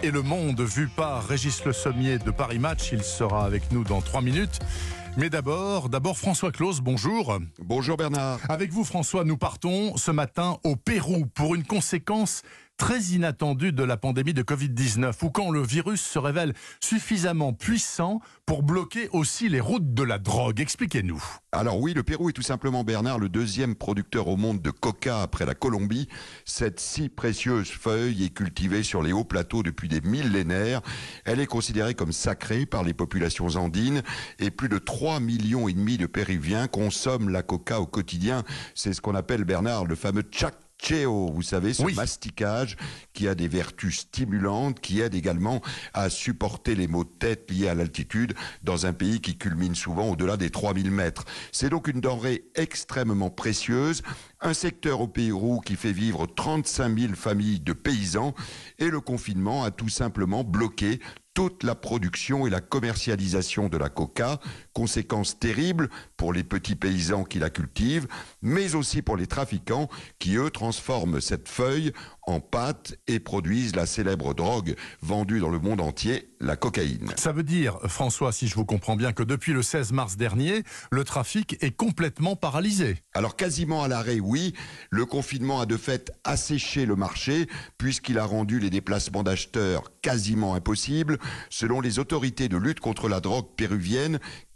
et le monde vu par Régis Le Sommier de Paris Match. Il sera avec nous dans 3 minutes. Mais d'abord François Claus, bonjour. Bonjour Bernard. Avec vous François, nous partons ce matin au Pérou pour une conséquence très inattendue de la pandémie de Covid-19, où quand le virus se révèle suffisamment puissant pour bloquer aussi les routes de la drogue. Expliquez-nous. Alors oui, le Pérou est tout simplement, Bernard, le deuxième producteur au monde de coca après la Colombie. Cette si précieuse feuille est cultivée sur les hauts plateaux depuis des millénaires. Elle est considérée comme sacrée par les populations andines et plus de 3,5 millions de Péruviens consomment la coca au quotidien. C'est ce qu'on appelle, Bernard, le fameux chac. Vous savez, ce masticage qui a des vertus stimulantes, qui aide également à supporter les maux de tête liés à l'altitude dans un pays qui culmine souvent au-delà des 3000 mètres. C'est donc une denrée extrêmement précieuse, un secteur au Pérou qui fait vivre 35 000 familles de paysans, et le confinement a tout simplement bloqué toute la production et la commercialisation de la coca, conséquence terrible pour les petits paysans qui la cultivent, mais aussi pour les trafiquants qui, eux, transforment cette feuille en pâte et produisent la célèbre drogue vendue dans le monde entier, la cocaïne. Ça veut dire, François, si je vous comprends bien, que depuis le 16 mars dernier, le trafic est complètement paralysé. Alors quasiment à l'arrêt, oui. Le confinement a de fait asséché le marché puisqu'il a rendu les déplacements d'acheteurs quasiment impossibles. Selon les autorités de lutte contre la drogue péruvienne,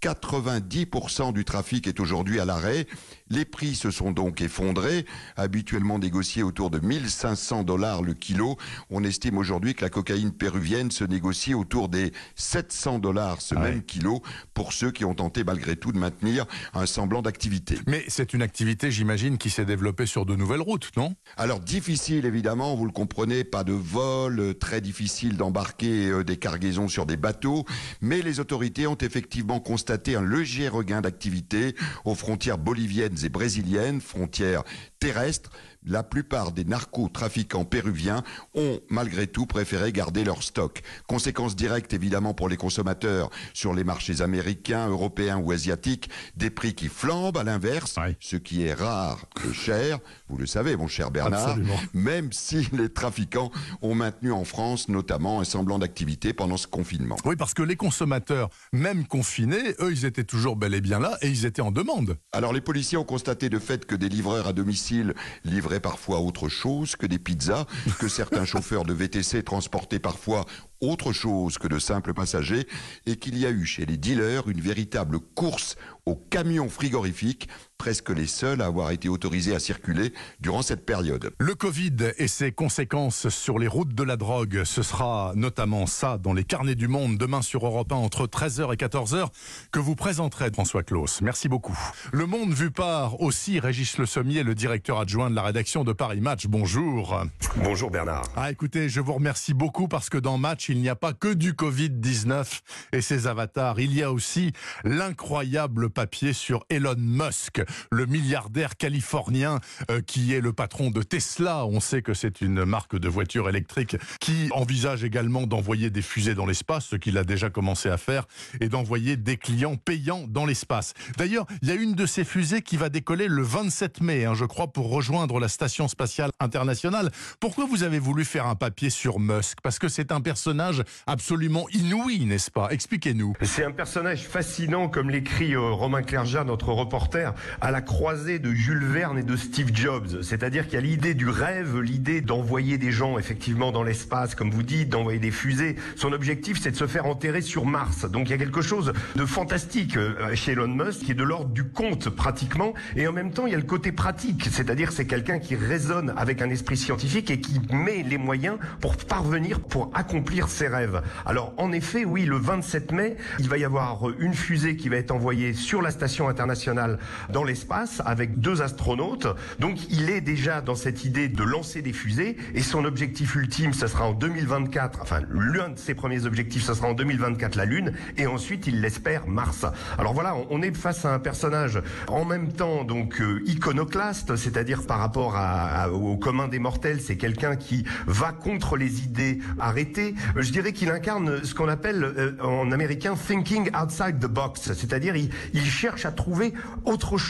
90% du trafic est aujourd'hui à l'arrêt. Les prix se sont donc effondrés, habituellement négociés autour de $1 500 le kilo. On estime aujourd'hui que la cocaïne péruvienne se négocie autour des $700 ce même kilo pour ceux qui ont tenté malgré tout de maintenir un semblant d'activité. Mais c'est une activité, j'imagine, qui s'est développée sur de nouvelles routes, non? Alors difficile évidemment, vous le comprenez, pas de vol, très difficile d'embarquer des cargaisons sur des bateaux, mais les autorités ont effectivement constaté un léger regain d'activité aux frontières boliviennes et brésiliennes, frontières terrestres. La plupart des narcotrafiquants péruviens ont malgré tout préféré garder leur stock. Conséquence directe évidemment pour les consommateurs sur les marchés américains, européens ou asiatiques, des prix qui flambent à l'inverse, ce qui est rare et cher, vous le savez mon cher Bernard. Absolument. Même si les trafiquants ont maintenu en France notamment un semblant d'activité pendant ce confinement. Oui, parce que les consommateurs, même confinés, eux, ils étaient toujours bel et bien là et ils étaient en demande. Alors les policiers ont constaté de fait que des livreurs à domicile livraient parfois autre chose que des pizzas, que certains chauffeurs de VTC transportaient parfois autre chose que de simples passagers, et qu'il y a eu chez les dealers une véritable course aux camions frigorifiques, presque les seuls à avoir été autorisés à circuler durant cette période. Le Covid et ses conséquences sur les routes de la drogue, ce sera notamment ça dans les carnets du monde demain sur Europe 1 entre 13h et 14h que vous présenterez, François Claus. Merci beaucoup. Le monde vu par aussi Régis Le Sommier, le directeur adjoint de la rédaction de Paris Match. Bonjour. Bonjour Bernard. Écoutez, je vous remercie beaucoup parce que dans Match, il n'y a pas que du Covid-19 et ses avatars. Il y a aussi l'incroyable papier sur Elon Musk, le milliardaire californien qui est le patron de Tesla. On sait que c'est une marque de voitures électriques qui envisage également d'envoyer des fusées dans l'espace, ce qu'il a déjà commencé à faire, et d'envoyer des clients payants dans l'espace. D'ailleurs, il y a une de ces fusées qui va décoller le 27 mai, je crois, pour rejoindre la Station spatiale internationale. Pourquoi vous avez voulu faire un papier sur Musk? Parce que c'est un personnage absolument inouï, n'est-ce pas? Expliquez-nous. C'est un personnage fascinant, comme l'écrit Romain Clergeat, notre reporter, à la croisée de Jules Verne et de Steve Jobs. C'est-à-dire qu'il y a l'idée du rêve, l'idée d'envoyer des gens effectivement dans l'espace, comme vous dites, d'envoyer des fusées. Son objectif, c'est de se faire enterrer sur Mars. Donc il y a quelque chose de fantastique chez Elon Musk, qui est de l'ordre du conte pratiquement, et en même temps il y a le côté pratique, c'est-à-dire c'est quelqu'un qui raisonne avec un esprit scientifique et qui met les moyens pour parvenir, pour accomplir ses rêves. Alors en effet, oui, le 27 mai, il va y avoir une fusée qui va être envoyée sur la station internationale dans l'espace avec 2 astronautes. Donc il est déjà dans cette idée de lancer des fusées, et son objectif ultime, ce sera en 2024, enfin l'un de ses premiers objectifs, ce sera en 2024 la Lune, et ensuite il l'espère Mars. Alors voilà, on est face à un personnage en même temps donc iconoclaste, c'est-à-dire par rapport au commun des mortels, c'est quelqu'un qui va contre les idées arrêtées. Je dirais qu'il incarne ce qu'on appelle en américain thinking outside the box, c'est-à-dire il cherche à trouver autre chose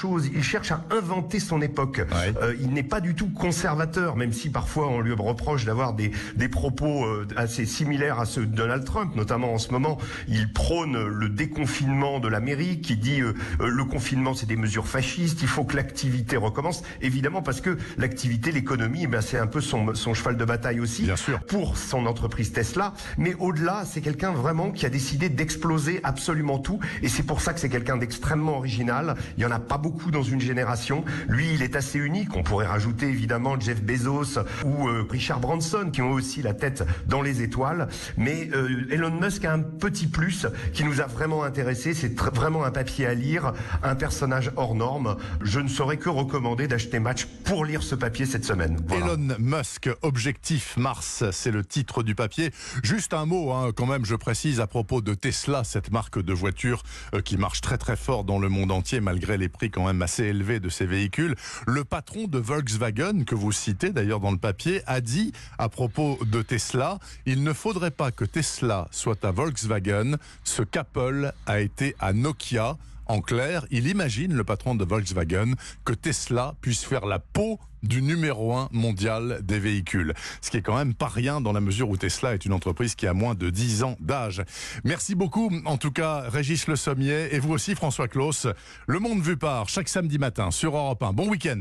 chose, il cherche à inventer son époque. Ouais. Il n'est pas du tout conservateur, même si parfois on lui reproche d'avoir des propos assez similaires à ceux de Donald Trump, notamment en ce moment. Il prône le déconfinement de l'Amérique, il dit le confinement c'est des mesures fascistes, il faut que l'activité recommence, évidemment parce que l'activité, l'économie, c'est un peu son cheval de bataille aussi. Bien sûr. Pour son entreprise Tesla, mais au-delà, c'est quelqu'un vraiment qui a décidé d'exploser absolument tout, et c'est pour ça que c'est quelqu'un d'extrêmement original. Il y en a pas beaucoup dans une génération. Lui, il est assez unique. On pourrait rajouter évidemment Jeff Bezos ou Richard Branson, qui ont aussi la tête dans les étoiles. Mais Elon Musk a un petit plus qui nous a vraiment intéressés. C'est vraiment un papier à lire, un personnage hors norme. Je ne saurais que recommander d'acheter Match pour lire ce papier cette semaine. Voilà. Elon Musk, Objectif Mars, c'est le titre du papier. Juste un mot, quand même, je précise, à propos de Tesla, cette marque de voiture qui marche très très fort dans le monde entier, malgré les prix quand même assez élevés de ces véhicules. Le patron de Volkswagen, que vous citez d'ailleurs dans le papier, a dit à propos de Tesla, il ne faudrait pas que Tesla soit à Volkswagen ce qu'Apple a été à Nokia. En clair, il imagine, le patron de Volkswagen, que Tesla puisse faire la peau du numéro 1 mondial des véhicules. Ce qui est quand même pas rien dans la mesure où Tesla est une entreprise qui a moins de 10 ans d'âge. Merci beaucoup, en tout cas, Régis Le Sommier, et vous aussi, François Claus. Le Monde vu par, chaque samedi matin sur Europe 1. Bon week-end.